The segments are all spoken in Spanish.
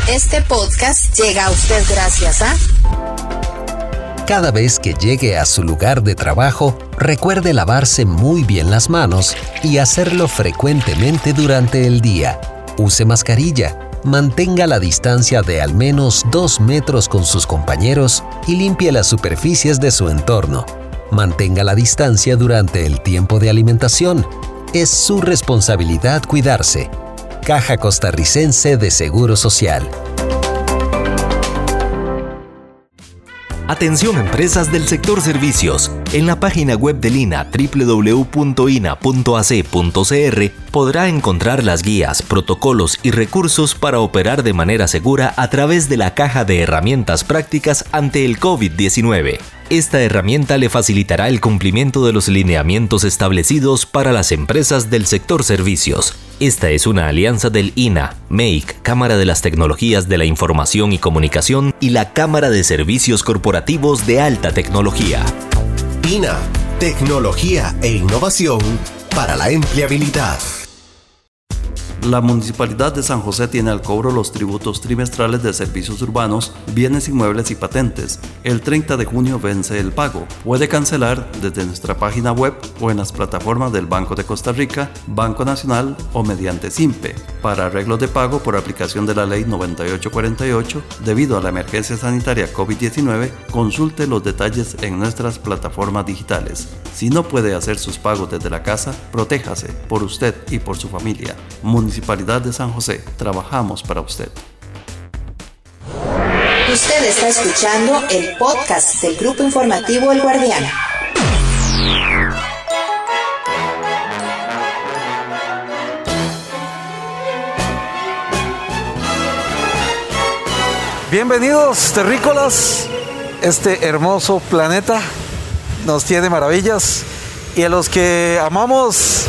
Este podcast llega a usted gracias a... Cada vez que llegue a su lugar de trabajo, recuerde lavarse muy bien las manos y hacerlo frecuentemente durante el día. Use mascarilla, mantenga la distancia de al menos 2 metros con sus compañeros y limpie las superficies de su entorno. Mantenga la distancia durante el tiempo de alimentación. Es su responsabilidad cuidarse. Caja Costarricense de Seguro Social. Atención empresas del sector servicios. En la página web del INA www.ina.ac.cr podrá encontrar las guías, protocolos y recursos para operar de manera segura a través de la caja de herramientas prácticas ante el COVID-19. Esta herramienta le facilitará el cumplimiento de los lineamientos establecidos para las empresas del sector servicios. Esta es una alianza del INA, MEIC, Cámara de las Tecnologías de la Información y Comunicación y la Cámara de Servicios Corporativos de Alta Tecnología. INA, tecnología e innovación para la empleabilidad. La Municipalidad de San José tiene al cobro los tributos trimestrales de servicios urbanos, bienes inmuebles y patentes. El 30 de junio vence el pago. Puede cancelar desde nuestra página web o en las plataformas del Banco de Costa Rica, Banco Nacional o mediante SIMPE. Para arreglos de pago por aplicación de la Ley 9848, debido a la emergencia sanitaria COVID-19, consulte los detalles en nuestras plataformas digitales. Si no puede hacer sus pagos desde la casa, protéjase por usted y por su familia. Municipalidad de San José, trabajamos para usted. Usted está escuchando el podcast del Grupo Informativo El Guardián. Bienvenidos, terrícolas. Este hermoso planeta nos tiene maravillas. Y a los que amamos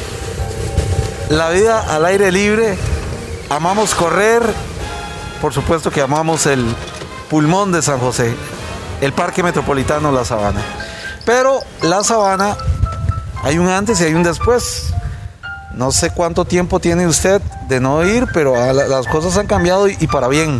la vida al aire libre, amamos correr, por supuesto que amamos el pulmón de San José, el Parque Metropolitano La Sabana. Pero La Sabana, hay un antes y hay un después. No sé cuánto tiempo tiene usted de no ir, pero las cosas han cambiado y para bien.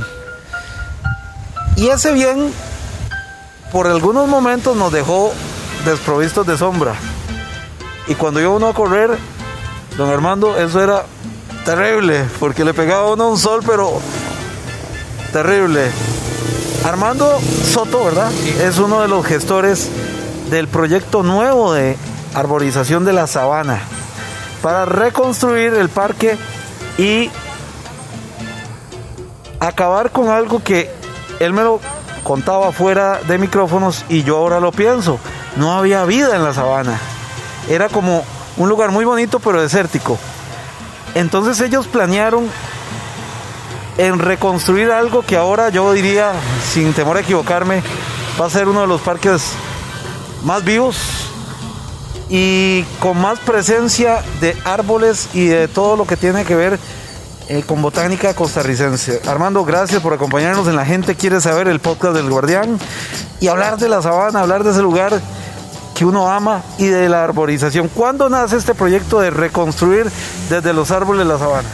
Y ese bien, por algunos momentos nos dejó desprovistos de sombra. Y cuando iba uno a correr, don Armando, eso era terrible, porque le pegaba a uno un sol, pero terrible. Armando Soto, ¿verdad? Sí. Es uno de los gestores del proyecto nuevo de arborización de la sabana para reconstruir el parque y acabar con algo que él me lo contaba fuera de micrófonos y yo ahora lo pienso. No había vida en la sabana. Era como un lugar muy bonito pero desértico. Entonces ellos planearon en reconstruir algo que ahora yo diría, sin temor a equivocarme, va a ser uno de los parques más vivos y con más presencia de árboles y de todo lo que tiene que ver con botánica costarricense. Armando, gracias por acompañarnos en La Gente Quiere Saber, el podcast del Guardián, y hablar de la sabana, hablar de ese lugar que uno ama y de la arborización. ¿Cuándo nace este proyecto de reconstruir desde los árboles la sabana?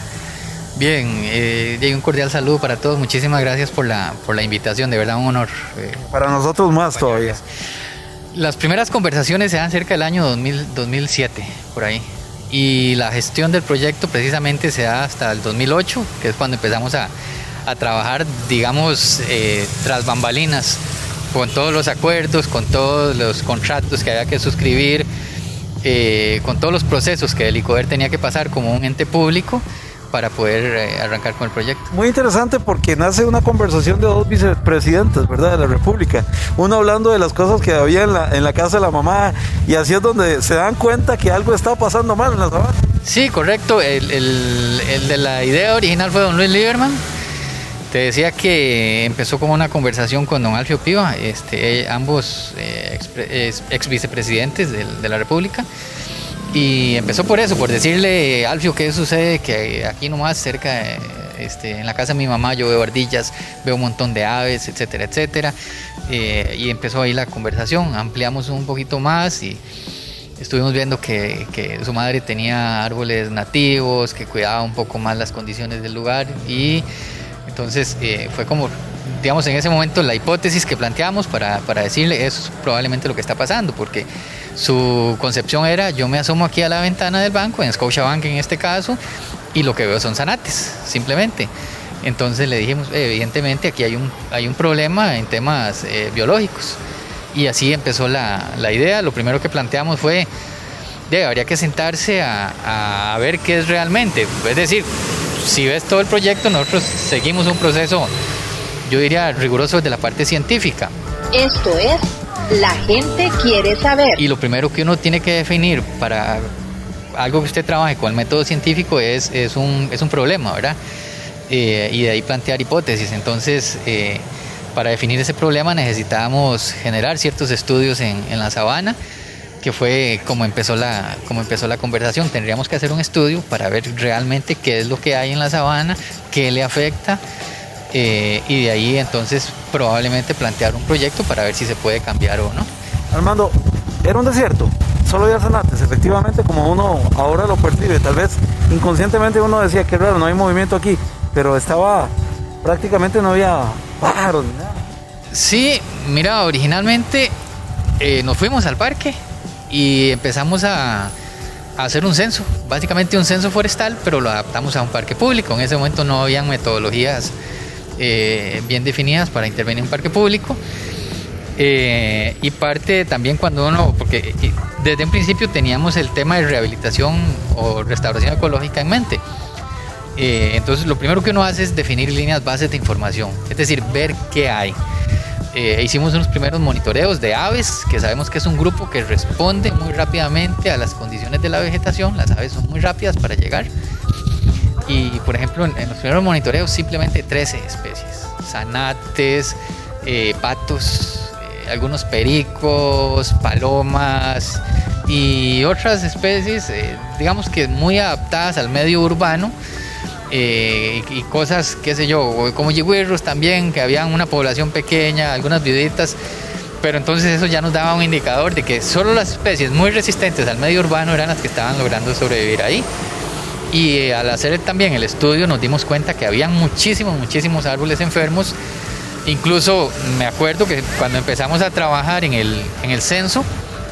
Bien, un cordial saludo para todos. Muchísimas gracias por la invitación, de verdad un honor. Para nosotros más todavía. Las primeras conversaciones se dan cerca del año 2007, por ahí. Y la gestión del proyecto precisamente se da hasta el 2008, que es cuando empezamos a trabajar, digamos, tras bambalinas, con todos los acuerdos, con todos los contratos que había que suscribir, con todos los procesos que el ICODER tenía que pasar como un ente público para poder arrancar con el proyecto. Muy interesante porque nace una conversación de dos vicepresidentes, ¿verdad?, de la República. Uno hablando de las cosas que había en la casa de la mamá, y así es donde se dan cuenta que algo está pasando mal en la sabana. Sí, correcto. El de la idea original fue don Luis Lieberman. Te decía que empezó como una conversación con don Alfio Piva, ambos ex vicepresidentes de la República. Y empezó por eso, por decirle, Alfio, ¿qué sucede? Que aquí nomás cerca, en la casa de mi mamá, yo veo ardillas, veo un montón de aves, etcétera, etcétera. Y empezó ahí la conversación, ampliamos un poquito más y estuvimos viendo que su madre tenía árboles nativos, que cuidaba un poco más las condiciones del lugar y Entonces fue como, digamos, en ese momento la hipótesis que planteamos para decirle eso es probablemente lo que está pasando, porque su concepción era: yo me asomo aquí a la ventana del banco, en Scotiabank en este caso, y lo que veo son zanates, simplemente. Entonces le dijimos, evidentemente aquí hay un problema en temas biológicos. Y así empezó la idea. Lo primero que planteamos fue: habría que sentarse a ver qué es realmente. Es decir, si ves todo el proyecto, nosotros seguimos un proceso, yo diría, riguroso desde la parte científica. Esto es La Gente Quiere Saber. Y lo primero que uno tiene que definir para algo que usted trabaje con el método científico es un problema, ¿verdad? Y de ahí plantear hipótesis. Entonces, para definir ese problema necesitábamos generar ciertos estudios en la sabana, que fue como empezó la conversación. Tendríamos que hacer un estudio para ver realmente qué es lo que hay en la sabana, qué le afecta, y de ahí entonces probablemente plantear un proyecto para ver si se puede cambiar o no. Armando, era un desierto, solo había zanates, efectivamente, como uno ahora lo percibe. Tal vez inconscientemente uno decía: qué raro, no hay movimiento aquí, pero prácticamente no había pájaros ni nada. Sí, mira, originalmente nos fuimos al parque y empezamos a hacer un censo, básicamente un censo forestal, pero lo adaptamos a un parque público. En ese momento no habían metodologías bien definidas para intervenir en un parque público. Y parte también cuando uno, porque desde un principio teníamos el tema de rehabilitación o restauración ecológica en mente. Entonces lo primero que uno hace es definir líneas bases de información, es decir, ver qué hay. Hicimos unos primeros monitoreos de aves, que sabemos que es un grupo que responde muy rápidamente a las condiciones de la vegetación. Las aves son muy rápidas para llegar. Y por ejemplo, en los primeros monitoreos simplemente 13 especies: zanates, patos, algunos pericos, palomas y otras especies, digamos que muy adaptadas al medio urbano. Y cosas, qué sé yo, como yigüirros también, que habían una población pequeña, algunas viuditas, pero entonces eso ya nos daba un indicador de que solo las especies muy resistentes al medio urbano eran las que estaban logrando sobrevivir ahí. Y al hacer también el estudio nos dimos cuenta que habían muchísimos árboles enfermos. Incluso me acuerdo que cuando empezamos a trabajar en el censo,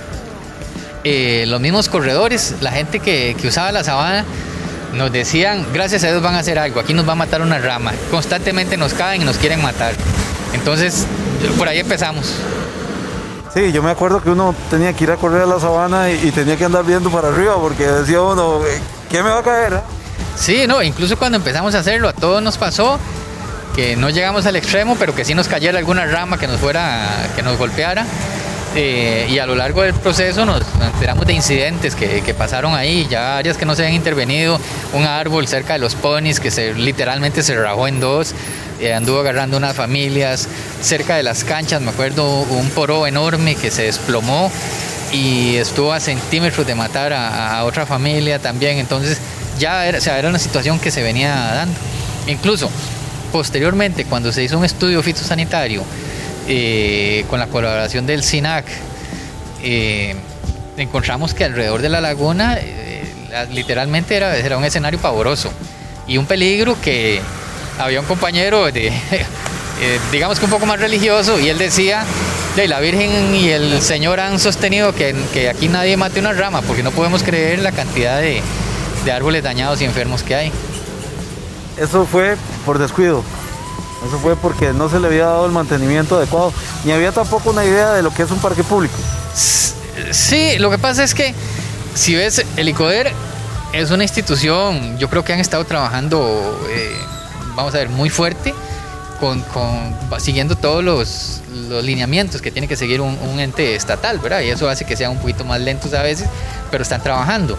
los mismos corredores, la gente que usaba la sabana, nos decían: gracias a Dios van a hacer algo, aquí nos va a matar una rama, constantemente nos caen y nos quieren matar. Entonces por ahí empezamos. Sí, yo me acuerdo que uno tenía que ir a correr a la sabana y tenía que andar viendo para arriba, porque decía uno: ¿qué me va a caer? Sí, no, incluso cuando empezamos a hacerlo, a todos nos pasó que no llegamos al extremo, pero que sí nos cayera alguna rama que nos golpeara. Y a lo largo del proceso nos enteramos de incidentes que pasaron ahí, ya áreas que no se habían intervenido. Un árbol cerca de los ponis que literalmente se rajó en dos, anduvo agarrando unas familias. Cerca de las canchas, me acuerdo, un poro enorme que se desplomó y estuvo a centímetros de matar a otra familia también. Entonces ya era una situación que se venía dando. Incluso posteriormente, cuando se hizo un estudio fitosanitario con la colaboración del SINAC, encontramos que alrededor de la laguna literalmente era un escenario pavoroso y un peligro, que había un compañero digamos que un poco más religioso, y él decía: la Virgen y el Señor han sostenido que aquí nadie mate una rama, porque no podemos creer la cantidad de árboles dañados y enfermos que hay. Eso fue por descuido. Eso fue porque no se le había dado el mantenimiento adecuado, ni había tampoco una idea de lo que es un parque público. Sí, lo que pasa es que, si ves, el ICODER es una institución, yo creo que han estado trabajando, vamos a ver, muy fuerte, siguiendo todos los lineamientos que tiene que seguir un ente estatal, ¿verdad? Y eso hace que sean un poquito más lentos a veces, pero están trabajando.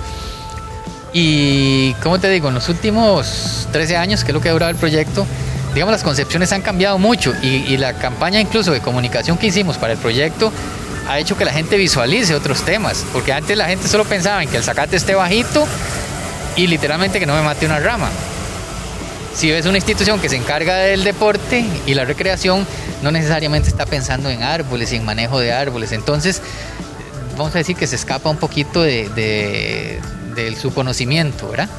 Y, como te digo, en los últimos 13 años, que es lo que ha durado el proyecto, digamos, las concepciones han cambiado mucho, y la campaña incluso de comunicación que hicimos para el proyecto ha hecho que la gente visualice otros temas, porque antes la gente solo pensaba en que el zacate esté bajito y literalmente que no me mate una rama. Si ves una institución que se encarga del deporte y la recreación, no necesariamente está pensando en árboles y en manejo de árboles. Entonces, vamos a decir que se escapa un poquito de su conocimiento, ¿verdad?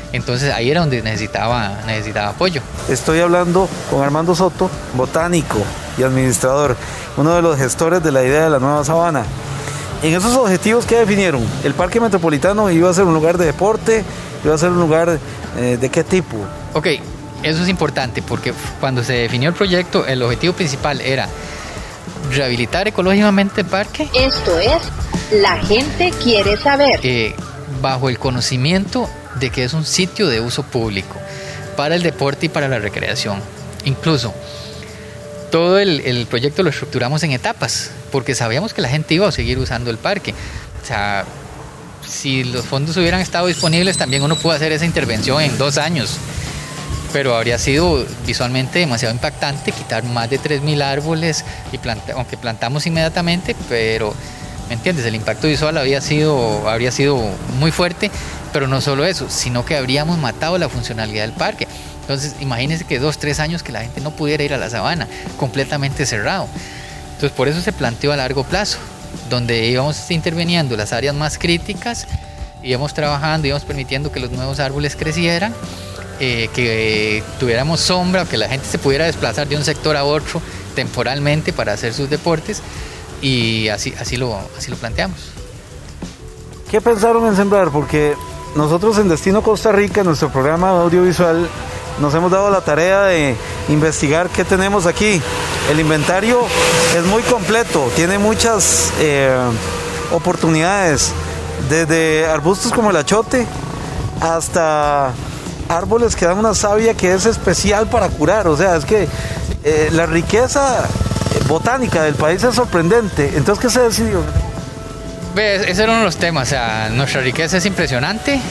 Entonces ahí era donde necesitaba apoyo. Estoy hablando con Armando Soto, botánico y administrador, uno de los gestores de la idea de la nueva sabana. En esos objetivos, ¿qué definieron? ¿El Parque Metropolitano iba a ser un lugar de deporte? ¿Iba a ser un lugar de qué tipo? Ok, eso es importante porque cuando se definió el proyecto, el objetivo principal era rehabilitar ecológicamente el parque. Esto es La Gente Quiere Saber. Bajo el conocimiento de que es un sitio de uso público para el deporte y para la recreación. Incluso todo el proyecto lo estructuramos en etapas porque sabíamos que la gente iba a seguir usando el parque. O sea, si los fondos hubieran estado disponibles, también uno pudo hacer esa intervención en 2 años, pero habría sido visualmente demasiado impactante quitar más de 3.000 árboles y aunque plantamos inmediatamente, pero ¿me entiendes? El impacto visual habría sido muy fuerte, pero no solo eso, sino que habríamos matado la funcionalidad del parque. Entonces, imagínense que 2-3 años que la gente no pudiera ir a la sabana, completamente cerrado. Entonces, por eso se planteó a largo plazo, donde íbamos interviniendo las áreas más críticas, íbamos trabajando, íbamos permitiendo que los nuevos árboles crecieran, que tuviéramos sombra, que la gente se pudiera desplazar de un sector a otro temporalmente para hacer sus deportes, y así lo planteamos. ¿Qué pensaron en sembrar? Porque nosotros en Destino Costa Rica, en nuestro programa audiovisual, nos hemos dado la tarea de investigar qué tenemos aquí. El inventario es muy completo, tiene muchas oportunidades, desde arbustos como el achote hasta árboles que dan una savia que es especial para curar. O sea, es que la riqueza botánica del país es sorprendente. Entonces, ¿qué se decidió? Ese era uno de los temas. O sea, nuestra riqueza es impresionante,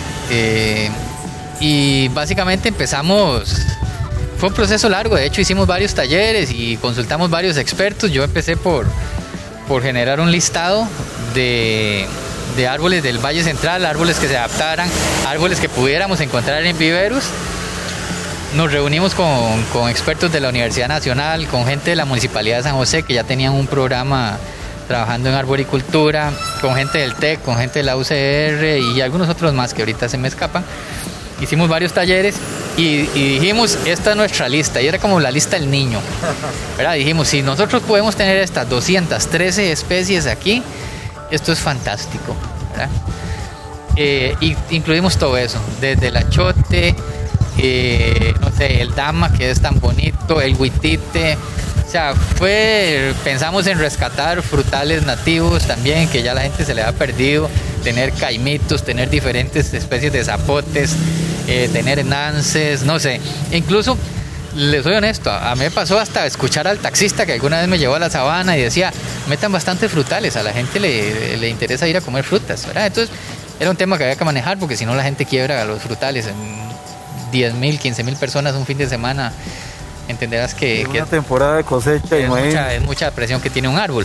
y básicamente empezamos. Fue un proceso largo. De hecho, hicimos varios talleres y consultamos varios expertos. Yo empecé por generar un listado de árboles del Valle Central, árboles que se adaptaran, árboles que pudiéramos encontrar en viveros. Nos reunimos con expertos de la Universidad Nacional, con gente de la Municipalidad de San José que ya tenían un programa trabajando en arboricultura, con gente del TEC, con gente de la UCR y algunos otros más que ahorita se me escapan. Hicimos varios talleres y dijimos, esta es nuestra lista, y era como la lista del niño, ¿verdad? Dijimos, si nosotros podemos tener estas 213 especies aquí, esto es fantástico, ¿verdad? Y incluimos todo eso, desde el achote, no sé, el dama, que es tan bonito, el huitite. O sea, pensamos en rescatar frutales nativos también, que ya la gente se le ha perdido, tener caimitos, tener diferentes especies de zapotes, tener nances, no sé. Incluso, les soy honesto, a mí me pasó hasta escuchar al taxista que alguna vez me llevó a la sabana y decía, metan bastantes frutales, a la gente le interesa ir a comer frutas, ¿verdad? Entonces, era un tema que había que manejar, porque si no la gente quiebra a los frutales. En 10.000, 15.000 personas un fin de semana, entenderás que una temporada de cosecha es mucha presión que tiene un árbol.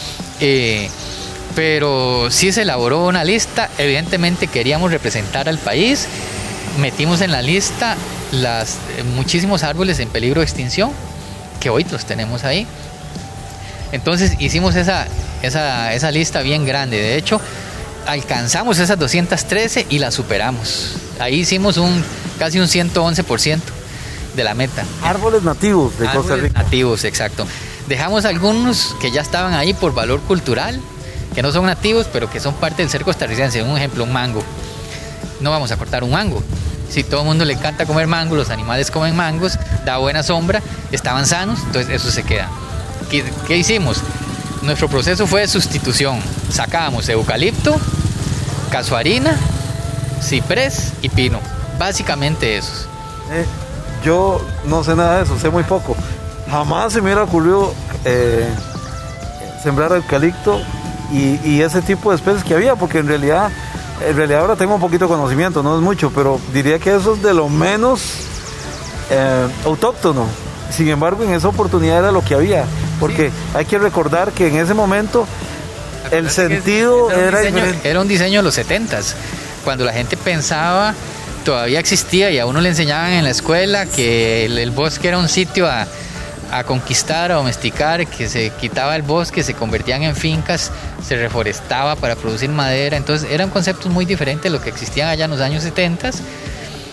Pero sí se elaboró una lista. Evidentemente queríamos representar al país. Metimos en la lista muchísimos árboles en peligro de extinción, que hoy los tenemos ahí. Entonces hicimos esa lista bien grande. De hecho, alcanzamos esas 213 y las superamos. Ahí hicimos casi un 111% de la meta. Árboles nativos de Costa Rica. Nativos, exacto. Dejamos algunos que ya estaban ahí por valor cultural, que no son nativos, pero que son parte del ser costarricense. Un ejemplo, un mango. No vamos a cortar un mango. Si todo el mundo le encanta comer mango, los animales comen mangos, da buena sombra, estaban sanos, entonces eso se queda. ¿Qué hicimos? Nuestro proceso fue de sustitución. Sacábamos eucalipto, casuarina, ciprés y pino. Básicamente esos. Yo no sé nada de eso, sé muy poco. Jamás se me hubiera ocurrido sembrar eucalipto y ese tipo de especies que había, porque en realidad ahora tengo un poquito de conocimiento, no es mucho, pero diría que eso es de lo menos autóctono. Sin embargo, en esa oportunidad era lo que había, porque sí, hay que recordar que en ese momento el sentido era un diseño de los 70s, cuando la gente pensaba, todavía existía y a uno le enseñaban en la escuela que el bosque era un sitio a conquistar, a domesticar, que se quitaba el bosque, se convertían en fincas, se reforestaba para producir madera. Entonces eran conceptos muy diferentes de lo que existían allá en los años 70s,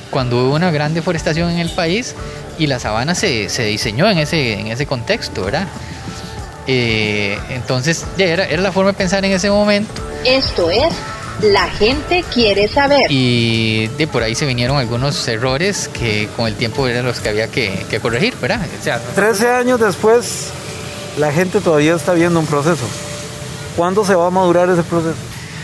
cuando hubo una gran deforestación en el país y la sabana se diseñó en ese contexto, ¿verdad? Entonces era la forma de pensar en ese momento. Esto es La Gente Quiere Saber. Y de por ahí se vinieron algunos errores que con el tiempo eran los que había que corregir, ¿verdad? O sea, 13 años después, la gente todavía está viendo un proceso. ¿Cuándo se va a madurar ese proceso?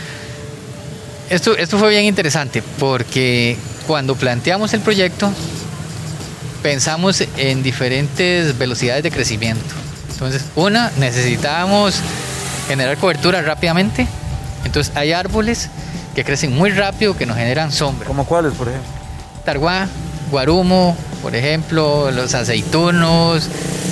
Esto fue bien interesante porque cuando planteamos el proyecto pensamos en diferentes velocidades de crecimiento. Entonces, necesitábamos generar cobertura rápidamente. Entonces, hay árboles que crecen muy rápido, que nos generan sombra. ¿Como cuáles, por ejemplo? Targuá, guarumo, por ejemplo, los aceitunos,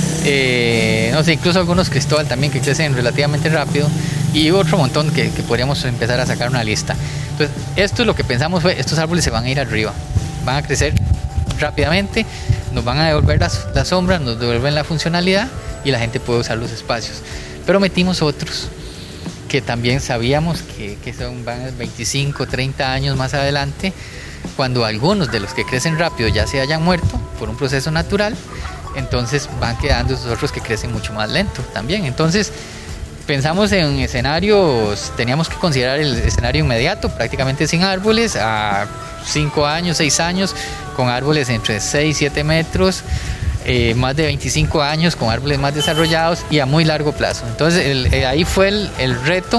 no sé, incluso algunos cristóbal también que crecen relativamente rápido, y otro montón que podríamos empezar a sacar una lista. Entonces, esto es lo que pensamos fue, estos árboles se van a ir arriba, van a crecer rápidamente, nos van a devolver la sombra, nos devuelven la funcionalidad y la gente puede usar los espacios. Pero metimos otros que también sabíamos que van 25, 30 años más adelante, cuando algunos de los que crecen rápido ya se hayan muerto por un proceso natural, entonces van quedando esos otros que crecen mucho más lento también. Entonces pensamos en escenarios, teníamos que considerar el escenario inmediato, prácticamente sin árboles, a 5 años, 6 años, con árboles entre 6 y 7 metros, más de 25 años con árboles más desarrollados y a muy largo plazo. Entonces ahí fue el reto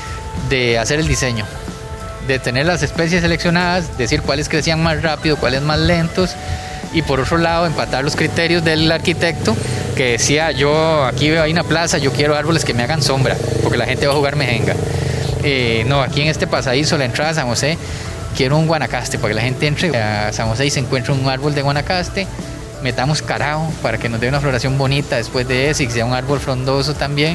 de hacer el diseño, de tener las especies seleccionadas, decir cuáles crecían más rápido, cuáles más lentos, y por otro lado empatar los criterios del arquitecto que decía, yo aquí veo ahí una plaza, yo quiero árboles que me hagan sombra porque la gente va a jugar mejenga. No, aquí en este pasadizo, la entrada a San José, quiero un guanacaste para que la gente entre a San José y se encuentre un árbol de guanacaste. Metamos carao para que nos dé una floración bonita después de eso y que sea un árbol frondoso también.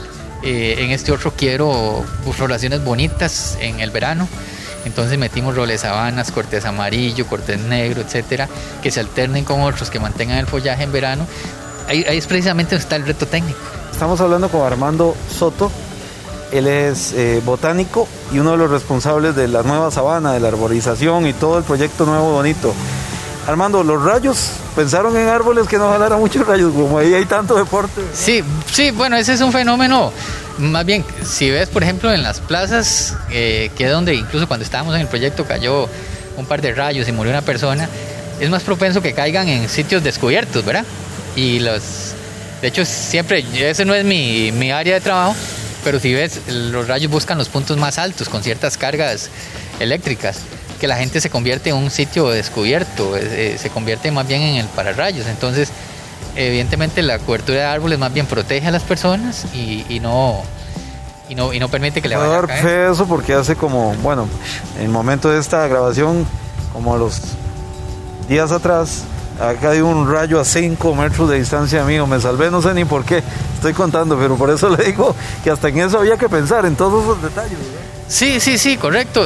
En este otro quiero floraciones bonitas en el verano. Entonces metimos robles sabanas, cortés amarillo, cortés negro, etcétera, que se alternen con otros que mantengan el follaje en verano. Ahí es precisamente donde está el reto técnico. Estamos hablando con Armando Soto. Él es botánico y uno de los responsables de la nueva sabana, de la arborización y todo el proyecto nuevo bonito. Armando, los rayos, ¿pensaron en árboles que no jalaran muchos rayos? Como ahí hay tanto deporte. Sí, bueno, ese es un fenómeno. Más bien, si ves, por ejemplo, en las plazas, que es donde incluso cuando estábamos en el proyecto cayó un par de rayos y murió una persona, es más propenso que caigan en sitios descubiertos, ¿verdad? Y de hecho, siempre, ese no es mi área de trabajo, pero si ves, los rayos buscan los puntos más altos con ciertas cargas eléctricas, que la gente se convierte en un sitio descubierto, se convierte más bien en el pararrayos. Entonces, evidentemente la cobertura de árboles más bien protege a las personas y no permite que le vaya a caer. Puedo dar fe de eso porque hace como, bueno, en el momento de esta grabación, como a los días atrás, ha caído un rayo a 5 metros de distancia mío. Me salvé, no sé ni por qué estoy contando, pero por eso le digo que hasta en eso había que pensar, en todos esos detalles, ¿verdad? Sí, correcto.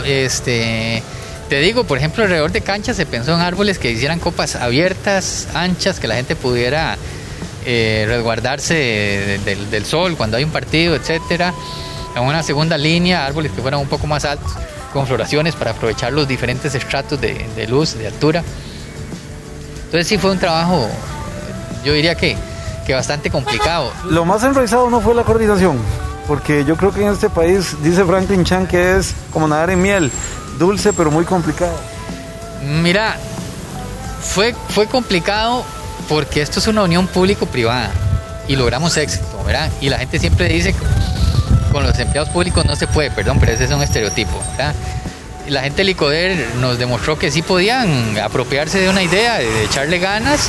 Te digo, por ejemplo, alrededor de canchas se pensó en árboles que hicieran copas abiertas, anchas, que la gente pudiera resguardarse del sol cuando hay un partido, etcétera. En una segunda línea, árboles que fueran un poco más altos, con floraciones para aprovechar los diferentes estratos de luz, de altura. Entonces sí fue un trabajo, yo diría que bastante complicado. Lo más enraizado no fue la coordinación, porque yo creo que en este país, dice Franklin Chan, que es como nadar en miel, dulce pero muy complicado. Mira, fue complicado porque esto es una unión público-privada y logramos éxito, ¿verdad? Y la gente siempre dice que con los empleados públicos no se puede, perdón, pero ese es un estereotipo, ¿verdad? Y la gente del ICODER nos demostró que sí podían apropiarse de una idea, de echarle ganas.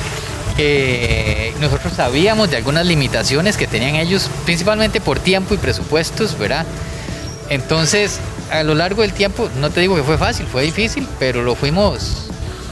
Nosotros sabíamos de algunas limitaciones que tenían ellos, principalmente por tiempo y presupuestos, ¿verdad? Entonces, a lo largo del tiempo, no te digo que fue fácil, fue difícil, pero lo fuimos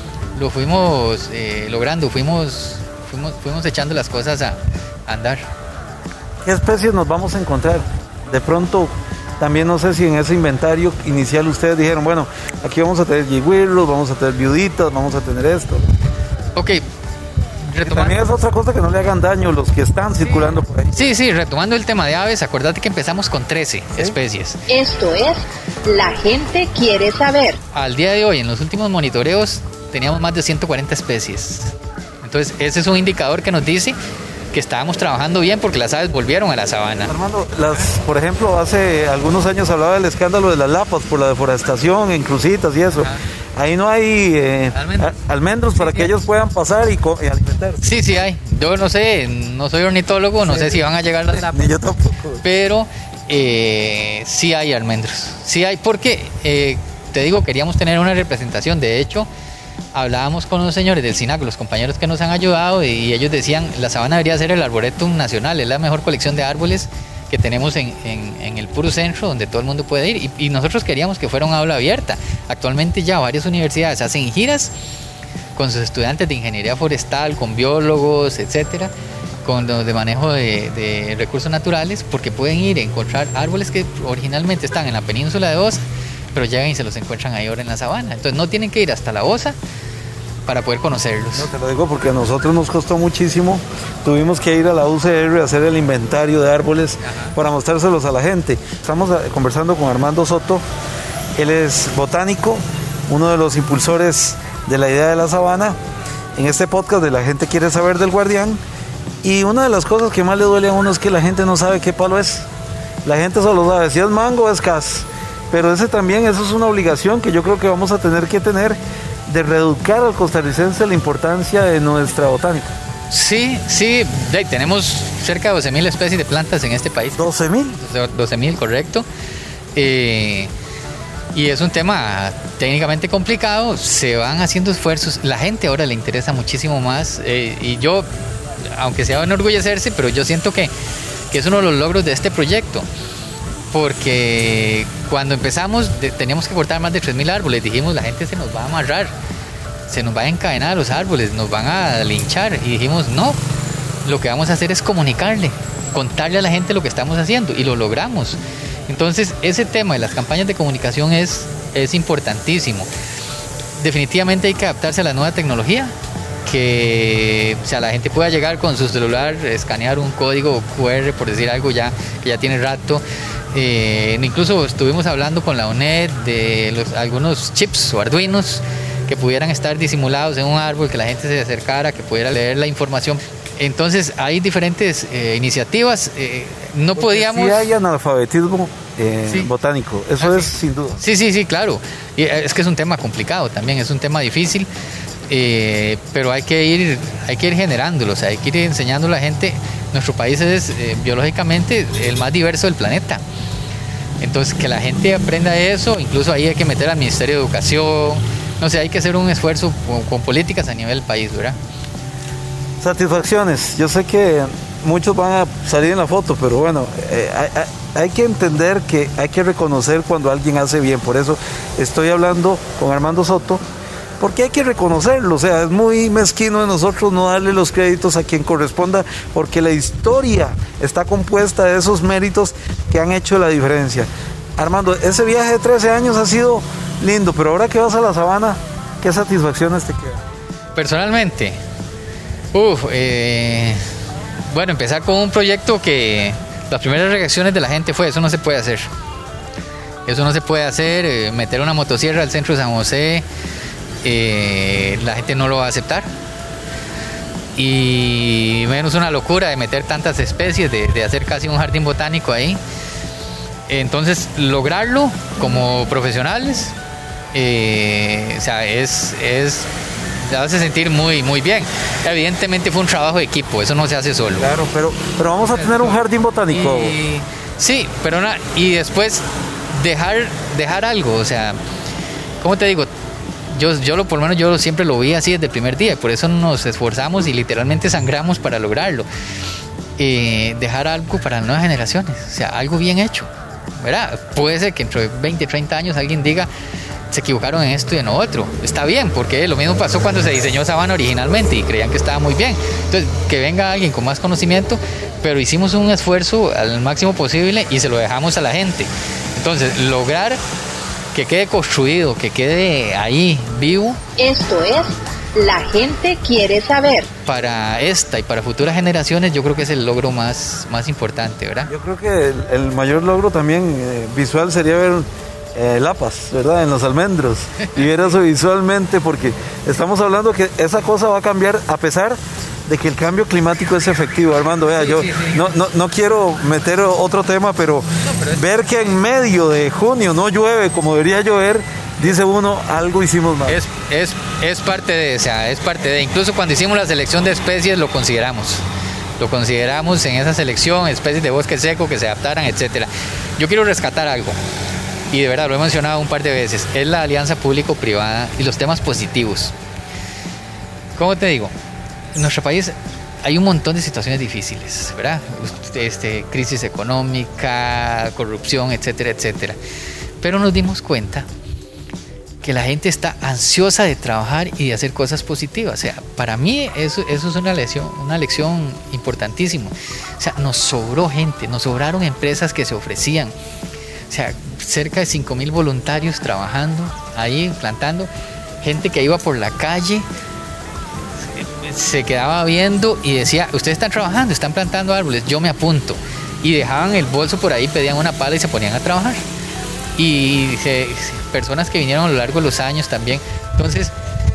logrando, fuimos echando las cosas a andar. ¿Qué especies nos vamos a encontrar? De pronto, también no sé si en ese inventario inicial ustedes dijeron, bueno, aquí vamos a tener yigüirros, vamos a tener viuditas, vamos a tener esto. Ok. También es otra cosa que no le hagan daño los que están circulando por ahí. Sí, retomando el tema de aves, acuérdate que empezamos con 13 especies. Esto es La Gente Quiere Saber. Al día de hoy, en los últimos monitoreos, teníamos más de 140 especies. Entonces, ese es un indicador que nos dice que estábamos trabajando bien porque las aves volvieron a la sabana. Armando, por ejemplo, hace algunos años hablaba del escándalo de las lapas por la deforestación en Cruzitas y eso. Ahí no hay almendros para que ellos puedan pasar y alimentar. Sí hay. Yo no sé, no soy ornitólogo, no sé si van a llegar las lapas. Ni yo tampoco. Pero sí hay almendros. Sí hay porque, te digo, queríamos tener una representación. De hecho, hablábamos con los señores del SINAC, los compañeros que nos han ayudado, y ellos decían, la sabana debería ser el arboretum nacional, es la mejor colección de árboles que tenemos en el puro centro, donde todo el mundo puede ir, y nosotros queríamos que fuera un aula abierta. Actualmente ya varias universidades hacen giras con sus estudiantes de ingeniería forestal, con biólogos, etcétera, con los de manejo de recursos naturales, porque pueden ir a encontrar árboles que originalmente están en la península de Osa, pero llegan y se los encuentran ahí ahora en la sabana. Entonces no tienen que ir hasta la Osa para poder conocerlos. No, te lo digo porque a nosotros nos costó muchísimo. Tuvimos que ir a la UCR a hacer el inventario de árboles para mostrárselos a la gente. Estamos conversando con Armando Soto. Él es botánico, uno de los impulsores de la idea de la sabana. En este podcast de La Gente Quiere Saber del Guardián. Y una de las cosas que más le duele a uno es que la gente no sabe qué palo es. La gente solo sabe si es mango o es cas. Pero eso es una obligación que yo creo que vamos a tener de reeducar al costarricense la importancia de nuestra botánica. Sí, tenemos cerca de 12.000 especies de plantas en este país. ¿12.000? 12.000, correcto. Y es un tema técnicamente complicado, se van haciendo esfuerzos, la gente ahora le interesa muchísimo más, y yo, aunque sea enorgullecerse, pero yo siento que es uno de los logros de este proyecto. Porque cuando empezamos teníamos que cortar más de 3.000 árboles. Dijimos, la gente se nos va a amarrar, se nos va a encadenar a los árboles, nos van a linchar. Y dijimos, no, lo que vamos a hacer es comunicarle, contarle a la gente lo que estamos haciendo. Y lo logramos. Entonces, ese tema de las campañas de comunicación es importantísimo. Definitivamente hay que adaptarse a la nueva tecnología. Que la gente pueda llegar con su celular, escanear un código QR, por decir algo, que ya tiene rato. Incluso estuvimos hablando con la UNED de algunos chips o arduinos que pudieran estar disimulados en un árbol, que la gente se acercara, que pudiera leer la información. Entonces hay diferentes iniciativas. No podíamos... Sí hay analfabetismo botánico, eso es sin duda. Sí, claro. Y es que es un tema complicado también, es un tema difícil. Pero hay que ir generándolo, hay que ir enseñando a la gente. Nuestro país es biológicamente el más diverso del planeta. Entonces, que la gente aprenda eso, incluso ahí hay que meter al Ministerio de Educación. No sé, hay que hacer un esfuerzo con políticas a nivel del país, ¿verdad? Satisfacciones. Yo sé que muchos van a salir en la foto, pero bueno, hay que entender que hay que reconocer cuando alguien hace bien. Por eso estoy hablando con Armando Soto, porque hay que reconocerlo. O sea, es muy mezquino de nosotros no darle los créditos a quien corresponda, porque la historia está compuesta de esos méritos que han hecho la diferencia. Armando, ese viaje de 13 años ha sido lindo, pero ahora que vas a la sabana, ¿qué satisfacciones te quedan? Personalmente, bueno, empezar con un proyecto que las primeras reacciones de la gente fue: eso no se puede hacer. Eso no se puede hacer, meter una motosierra al centro de San José. La gente no lo va a aceptar, y menos una locura de meter tantas especies, de hacer casi un jardín botánico ahí. Entonces, lograrlo como profesionales, te hace sentir muy, muy bien. Evidentemente fue un trabajo de equipo, eso no se hace solo. Claro, pero vamos a tener un jardín botánico. Sí, pero y después dejar algo, o sea, ¿cómo te digo? Por lo menos yo siempre lo vi así desde el primer día, por eso nos esforzamos y literalmente sangramos para lograrlo. Dejar algo para las nuevas generaciones, o sea, algo bien hecho, ¿verdad? Puede ser que entre 20, 30 años alguien diga, se equivocaron en esto y en lo otro. Está bien, porque lo mismo pasó cuando se diseñó Sabana originalmente y creían que estaba muy bien. Entonces, que venga alguien con más conocimiento, pero hicimos un esfuerzo al máximo posible y se lo dejamos a la gente. Entonces, lograr que quede construido, que quede ahí vivo. Esto es La Gente Quiere Saber. Para esta y para futuras generaciones, yo creo que es el logro más importante, ¿verdad? Yo creo que el mayor logro también visual sería ver lapas, ¿verdad? En los almendros. Y ver eso visualmente, porque estamos hablando que esa cosa va a cambiar a pesar de que el cambio climático es efectivo. Armando, vea, sí. No quiero meter otro tema, pero ver que en medio de junio no llueve como debería llover, dice uno, algo hicimos mal. Es parte de, o sea, es parte de, incluso cuando hicimos la selección de especies lo consideramos en esa selección, especies de bosque seco que se adaptaran, etcétera. Yo quiero rescatar algo, y de verdad lo he mencionado un par de veces, es la alianza público-privada y los temas positivos. ¿Cómo te digo? En nuestro país hay un montón de situaciones difíciles, ¿verdad? Crisis económica, corrupción, etcétera, etcétera. Pero nos dimos cuenta que la gente está ansiosa de trabajar y de hacer cosas positivas. O sea, para mí eso es una lección importantísima. O sea, nos sobró gente, nos sobraron empresas que se ofrecían. O sea, cerca de 5,000 voluntarios trabajando ahí, plantando. Gente que iba por la calle, se quedaba viendo y decía, ustedes están trabajando, están plantando árboles, yo me apunto. Y dejaban el bolso por ahí, pedían una pala y se ponían a trabajar. Y personas que vinieron a lo largo de los años también. Entonces,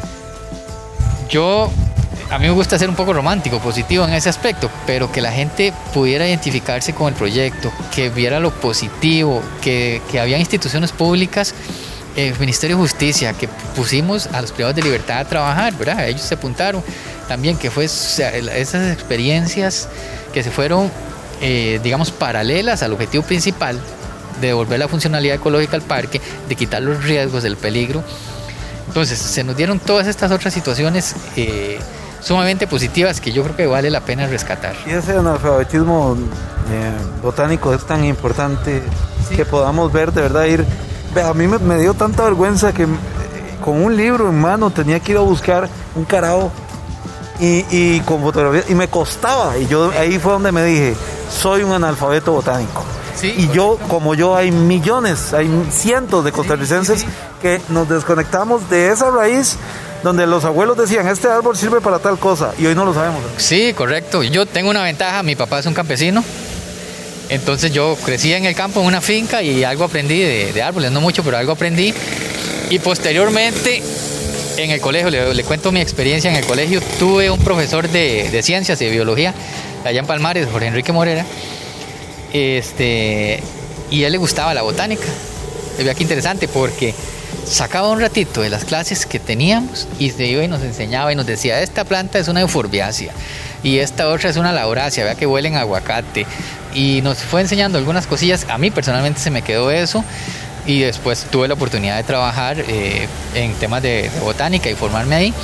a mí me gusta ser un poco romántico, positivo en ese aspecto, pero que la gente pudiera identificarse con el proyecto, que viera lo positivo, que había instituciones públicas, el Ministerio de Justicia, que pusimos a los privados de libertad a trabajar, ¿verdad? Ellos se apuntaron también, que fue, o sea, esas experiencias que se fueron, digamos, paralelas al objetivo principal de devolver la funcionalidad ecológica al parque, de quitar los riesgos del peligro. Entonces se nos dieron todas estas otras situaciones sumamente positivas que yo creo que vale la pena rescatar. Y ese analfabetismo botánico es tan importante, sí, que podamos ver, de verdad, a mí me dio tanta vergüenza que con un libro en mano tenía que ir a buscar un carao y con fotografía, y me costaba, y yo ahí fue donde me dije, soy un analfabeto botánico. Sí, y como yo hay millones, hay cientos de costarricenses que nos desconectamos de esa raíz donde los abuelos decían, este árbol sirve para tal cosa, y hoy no lo sabemos. Sí, correcto. Yo tengo una ventaja, mi papá es un campesino, entonces yo crecí en el campo, en una finca, y algo aprendí de árboles, no mucho, pero algo aprendí. Y posteriormente, en el colegio, le cuento mi experiencia en el colegio, tuve un profesor de ciencias y de biología, allá en Palmares, Jorge Enrique Morera, y a él le gustaba la botánica. Vea qué interesante, porque sacaba un ratito de las clases que teníamos y se iba y nos enseñaba y nos decía, esta planta es una euforbiácea y esta otra es una laurácea, vea que huelen a aguacate, y nos fue enseñando algunas cosillas. A mí personalmente se me quedó eso, y después tuve la oportunidad de trabajar en temas de botánica y formarme ahí,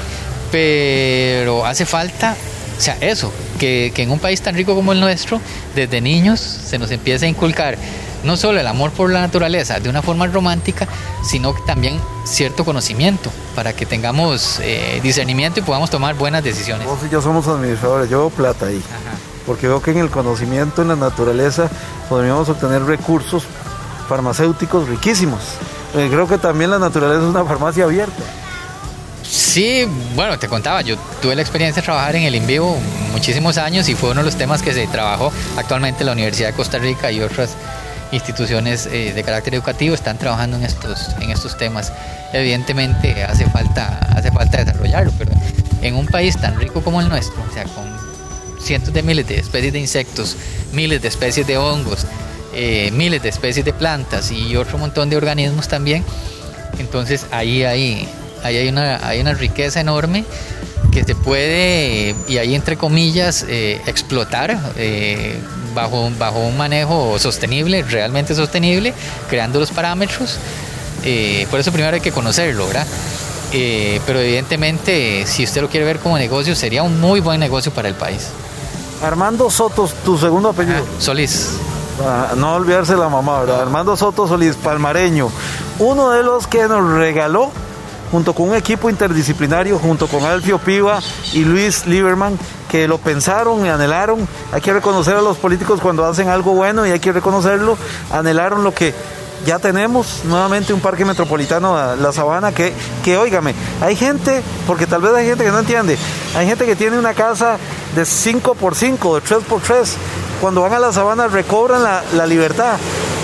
pero hace falta, o sea, eso, que en un país tan rico como el nuestro, desde niños se nos empieza a inculcar no solo el amor por la naturaleza de una forma romántica, sino que también cierto conocimiento para que tengamos discernimiento y podamos tomar buenas decisiones. Vos y yo somos administradores, yo veo plata ahí. Ajá. Porque veo que en el conocimiento, en la naturaleza, podríamos obtener recursos farmacéuticos riquísimos. Creo que también la naturaleza es una farmacia abierta. Sí, bueno, te contaba, yo tuve la experiencia de trabajar en el INVIVO muchísimos años y fue uno de los temas que se trabajó actualmente en la Universidad de Costa Rica, y otras instituciones de carácter educativo están trabajando en estos temas. Evidentemente hace falta desarrollarlo, pero en un país tan rico como el nuestro, o sea, con cientos de miles de especies de insectos, miles de especies de hongos, miles de especies de plantas y otro montón de organismos también, entonces ahí hay una riqueza enorme que se puede, y ahí entre comillas, explotar bajo un manejo sostenible, realmente sostenible, creando los parámetros. Por eso primero hay que conocerlo, ¿verdad? Pero evidentemente, si usted lo quiere ver como negocio, sería un muy buen negocio para el país. Armando Soto, tu segundo apellido. Solís. No olvidarse la mamá, ¿verdad? Armando Soto Solís, palmareño. Uno de los que nos regaló, junto con un equipo interdisciplinario, junto con Alfio Piva y Luis Lieberman, que lo pensaron y anhelaron. Hay que reconocer a los políticos cuando hacen algo bueno, y hay que reconocerlo. Anhelaron lo que ya tenemos, nuevamente un parque metropolitano, La Sabana, que óigame, hay gente, porque tal vez hay gente que no entiende, hay gente que tiene una casa de 5x5, de 3x3, cuando van a La Sabana recobran la libertad.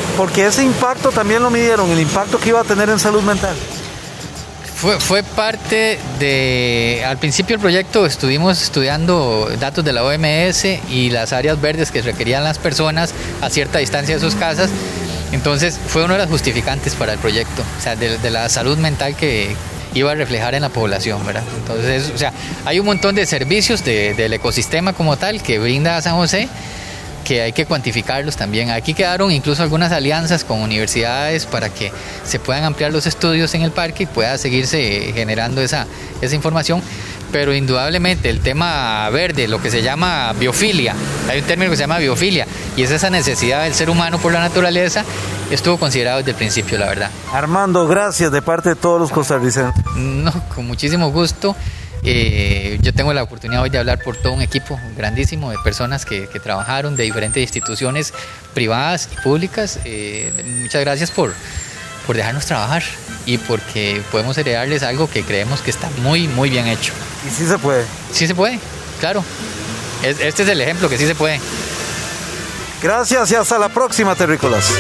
Porque ese impacto también lo midieron, el impacto que iba a tener en salud mental. Fue parte de... Al principio del proyecto estuvimos estudiando datos de la OMS y las áreas verdes que requerían las personas a cierta distancia de sus casas. Entonces fue uno de los justificantes para el proyecto, o sea, de la salud mental que iba a reflejar en la población, ¿verdad? Entonces, o sea, hay un montón de servicios del ecosistema como tal que brinda San José, que hay que cuantificarlos también. Aquí quedaron incluso algunas alianzas con universidades para que se puedan ampliar los estudios en el parque y pueda seguirse generando esa información. Pero indudablemente el tema verde, lo que se llama biofilia, hay un término que se llama biofilia, y es esa necesidad del ser humano por la naturaleza, estuvo considerado desde el principio, la verdad. Armando, gracias de parte de todos los costarricenses. No, con muchísimo gusto. Yo tengo la oportunidad hoy de hablar por todo un equipo grandísimo de personas que trabajaron de diferentes instituciones privadas y públicas. Muchas gracias por dejarnos trabajar y porque podemos heredarles algo que creemos que está muy, muy bien hecho. ¿Y sí se puede? Sí se puede, claro. Este es el ejemplo que sí se puede. Gracias y hasta la próxima, terrícolas.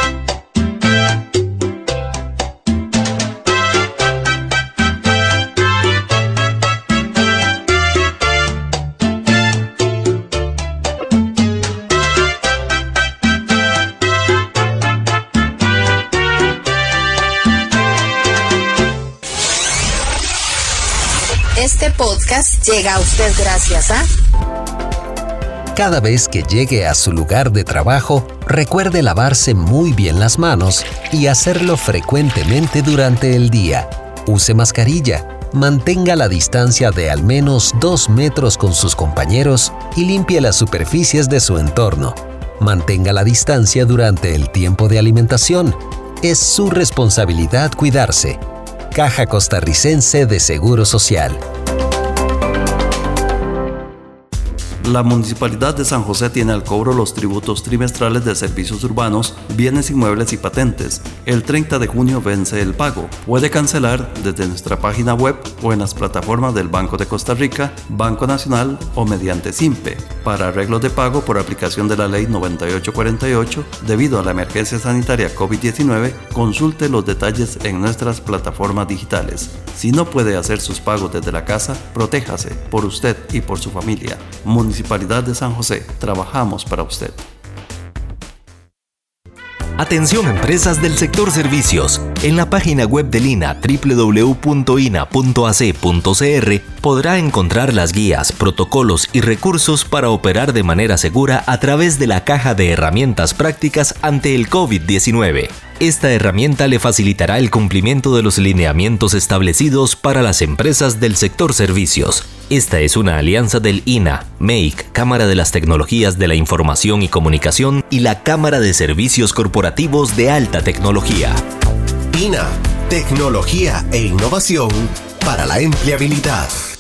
Este podcast llega a usted gracias a... Cada vez que llegue a su lugar de trabajo, recuerde lavarse muy bien las manos y hacerlo frecuentemente durante el día. Use mascarilla, mantenga la distancia de al menos 2 metros con sus compañeros y limpie las superficies de su entorno. Mantenga la distancia durante el tiempo de alimentación. Es su responsabilidad cuidarse. Caja Costarricense de Seguro Social. La Municipalidad de San José tiene al cobro los tributos trimestrales de servicios urbanos, bienes inmuebles y patentes. El 30 de junio vence el pago. Puede cancelar desde nuestra página web o en las plataformas del Banco de Costa Rica, Banco Nacional o mediante SIMPE. Para arreglos de pago por aplicación de la Ley 9848, debido a la emergencia sanitaria COVID-19, consulte los detalles en nuestras plataformas digitales. Si no puede hacer sus pagos desde la casa, protéjase por usted y por su familia. Municipalidad de San José, trabajamos para usted. Atención empresas del sector servicios. En la página web del INA www.ina.ac.cr podrá encontrar las guías, protocolos y recursos para operar de manera segura a través de la caja de herramientas prácticas ante el COVID-19. Esta herramienta le facilitará el cumplimiento de los lineamientos establecidos para las empresas del sector servicios. Esta es una alianza del INA, MEIC, Cámara de las Tecnologías de la Información y Comunicación y la Cámara de Servicios Corporativos de Alta Tecnología. INA, tecnología e innovación para la empleabilidad.